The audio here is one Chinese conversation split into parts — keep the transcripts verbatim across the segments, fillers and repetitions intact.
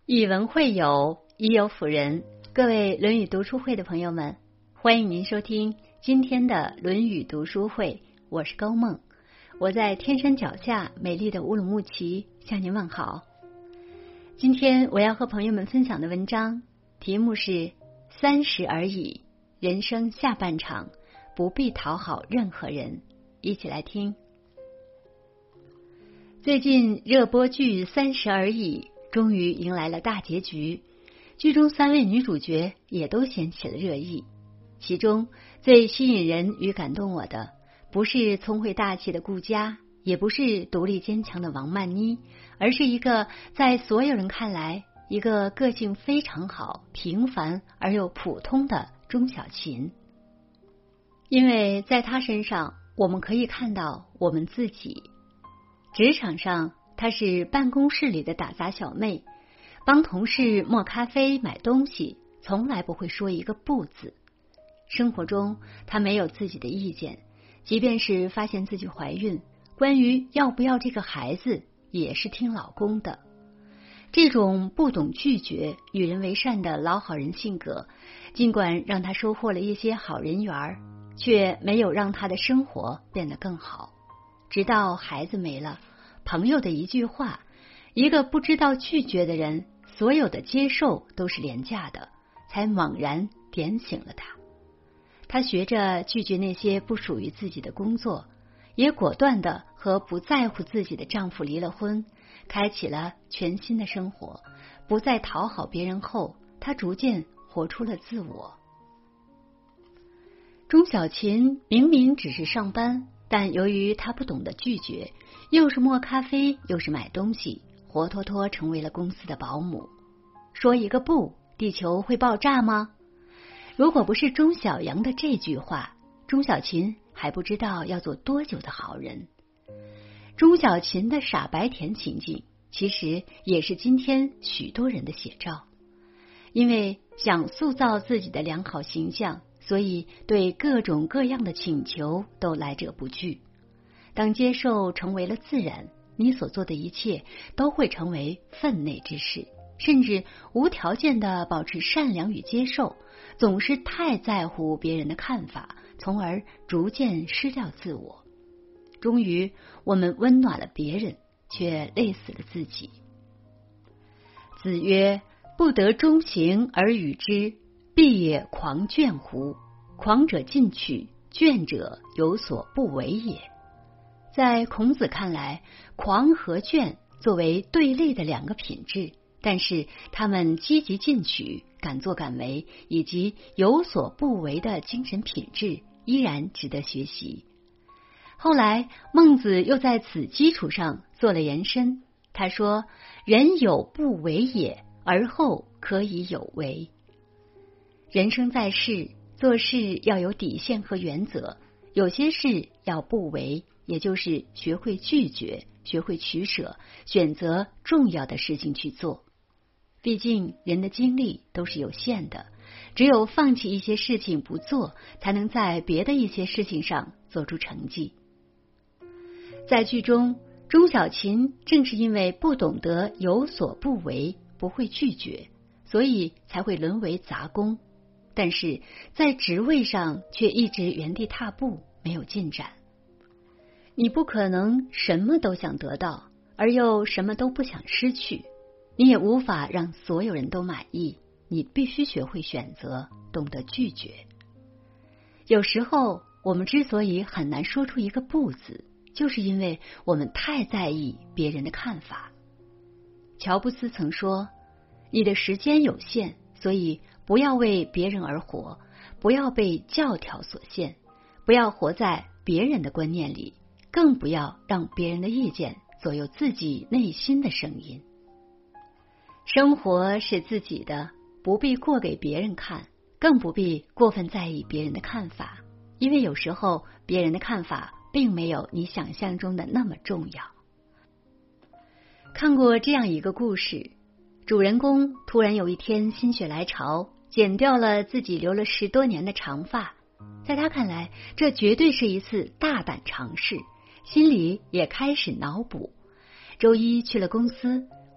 以文会友，以友辅仁。各位论语读书会的朋友们，欢迎您收听今天的论语读书会，我是高梦，我在天山脚下美丽的乌鲁木齐向您问好。今天我要和朋友们分享的文章题目是三十而已，人生下半场不必讨好任何人。一起来听。最近热播剧《三十而已》终于迎来了大结局，剧中三位女主角也都掀起了热议。其中最吸引人与感动我的，不是聪慧大气的顾佳，也不是独立坚强的王曼妮，而是一个在所有人看来一个个性非常好、平凡而又普通的钟小琴。因为在她身上，我们可以看到我们自己。职场上，她是办公室里的打杂小妹，帮同事磨咖啡、买东西，从来不会说一个不字。生活中，她没有自己的意见，即便是发现自己怀孕，关于要不要这个孩子，也是听老公的。这种不懂拒绝、与人为善的老好人性格，尽管让她收获了一些好人缘，却没有让她的生活变得更好。直到孩子没了，朋友的一句话，一个不知道拒绝的人，所有的接受都是廉价的，才猛然点醒了他。他学着拒绝那些不属于自己的工作，也果断的和不在乎自己的丈夫离了婚，开启了全新的生活。不再讨好别人后，他逐渐活出了自我。钟小琴明明只是上班，但由于她不懂得拒绝，又是磨咖啡又是买东西，活脱脱成为了公司的保姆。说一个不，地球会爆炸吗？如果不是钟小阳的这句话，钟小琴还不知道要做多久的好人。钟小琴的傻白甜情境，其实也是今天许多人的写照。因为想塑造自己的良好形象，所以对各种各样的请求都来者不拒。当接受成为了自然，你所做的一切都会成为分内之事，甚至无条件的保持善良与接受，总是太在乎别人的看法，从而逐渐失掉自我。终于，我们温暖了别人，却累死了自己。子曰：不得中行而与之，必也狂倦乎？狂者进取，倦者有所不为也。在孔子看来，狂和倦作为对立的两个品质，但是他们积极进取、敢作敢为以及有所不为的精神品质依然值得学习。后来孟子又在此基础上做了延伸，他说：人有不为也，而后可以有为。人生在世，做事要有底线和原则，有些事要不为，也就是学会拒绝，学会取舍，选择重要的事情去做。毕竟人的精力都是有限的，只有放弃一些事情不做，才能在别的一些事情上做出成绩。在剧中，钟小琴正是因为不懂得有所不为，不会拒绝，所以才会沦为杂工。但是在职位上却一直原地踏步，没有进展。你不可能什么都想得到，而又什么都不想失去，你也无法让所有人都满意，你必须学会选择，懂得拒绝。有时候我们之所以很难说出一个不字，就是因为我们太在意别人的看法。乔布斯曾说，你的时间有限，所以不要为别人而活，不要被教条所限，不要活在别人的观念里，更不要让别人的意见左右自己内心的声音。生活是自己的，不必过给别人看，更不必过分在意别人的看法，因为有时候别人的看法并没有你想象中的那么重要。看过这样一个故事，主人公突然有一天心血来潮，剪掉了自己留了十多年的长发。在他看来，这绝对是一次大胆尝试，心里也开始脑补。周一去了公司，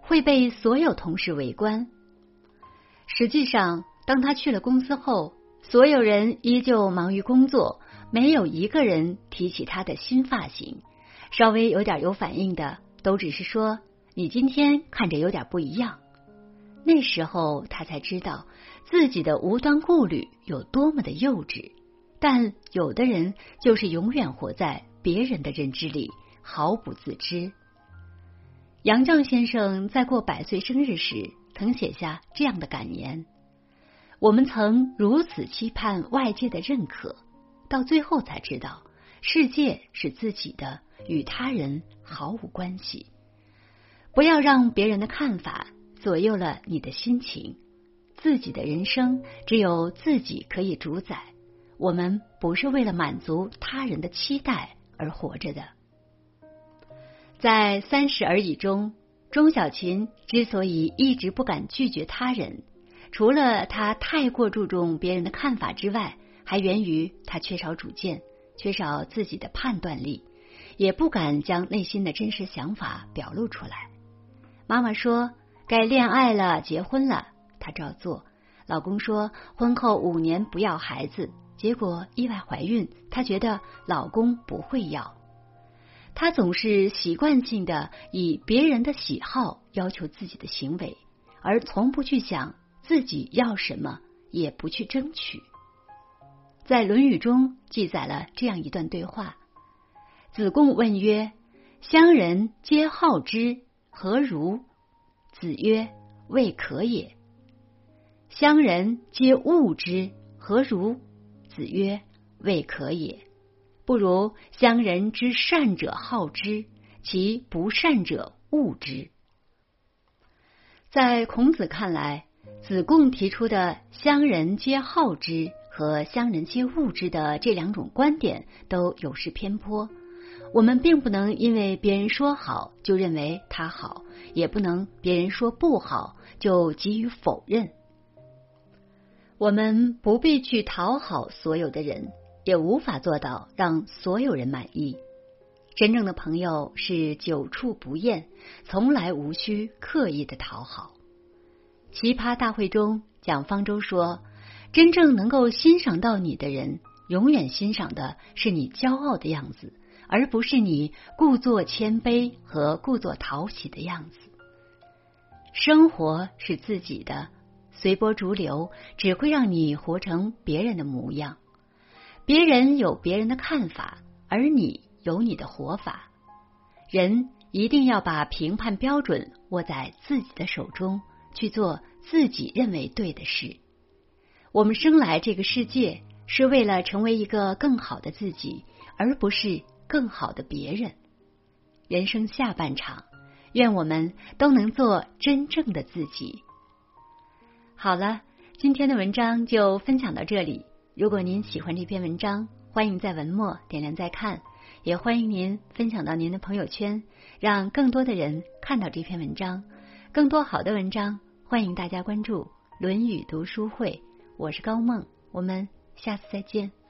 会被所有同事围观。实际上，当他去了公司后，所有人依旧忙于工作，没有一个人提起他的新发型，稍微有点有反应的都只是说你今天看着有点不一样。那时候他才知道自己的无端顾虑有多么的幼稚，但有的人就是永远活在别人的认知里，毫不自知。杨绛先生在过百岁生日时曾写下这样的感言：我们曾如此期盼外界的认可，到最后才知道世界是自己的，与他人毫无关系。不要让别人的看法左右了你的心情，自己的人生只有自己可以主宰，我们不是为了满足他人的期待而活着的。在《三十而已》中，钟小琴之所以一直不敢拒绝他人，除了她太过注重别人的看法之外，还源于她缺少主见，缺少自己的判断力，也不敢将内心的真实想法表露出来。妈妈说该恋爱了，结婚了，她照做。老公说婚后五年不要孩子，结果意外怀孕，她觉得老公不会要。她总是习惯性的以别人的喜好要求自己的行为，而从不去想自己要什么，也不去争取。在《论语》中记载了这样一段对话：子贡问曰：乡人皆好之，何如？子曰：未可也。乡人皆恶之，何如？子曰：未可也。不如乡人之善者好之，其不善者恶之。在孔子看来，子贡提出的乡人皆好之和乡人皆恶之的这两种观点都有失偏颇。我们并不能因为别人说好就认为他好，也不能别人说不好就给予否认。我们不必去讨好所有的人，也无法做到让所有人满意。真正的朋友是久处不厌，从来无需刻意的讨好。奇葩大会中，蒋方舟说，真正能够欣赏到你的人，永远欣赏的是你骄傲的样子，而不是你故作谦卑和故作讨喜的样子。生活是自己的，随波逐流只会让你活成别人的模样。别人有别人的看法，而你有你的活法。人一定要把评判标准握在自己的手中，去做自己认为对的事。我们生来这个世界是为了成为一个更好的自己，而不是更好的别人。人生下半场，愿我们都能做真正的自己。好了，今天的文章就分享到这里。如果您喜欢这篇文章，欢迎在文末点亮再看，也欢迎您分享到您的朋友圈，让更多的人看到这篇文章。更多好的文章，欢迎大家关注论语读书会。我是高梦，我们下次再见。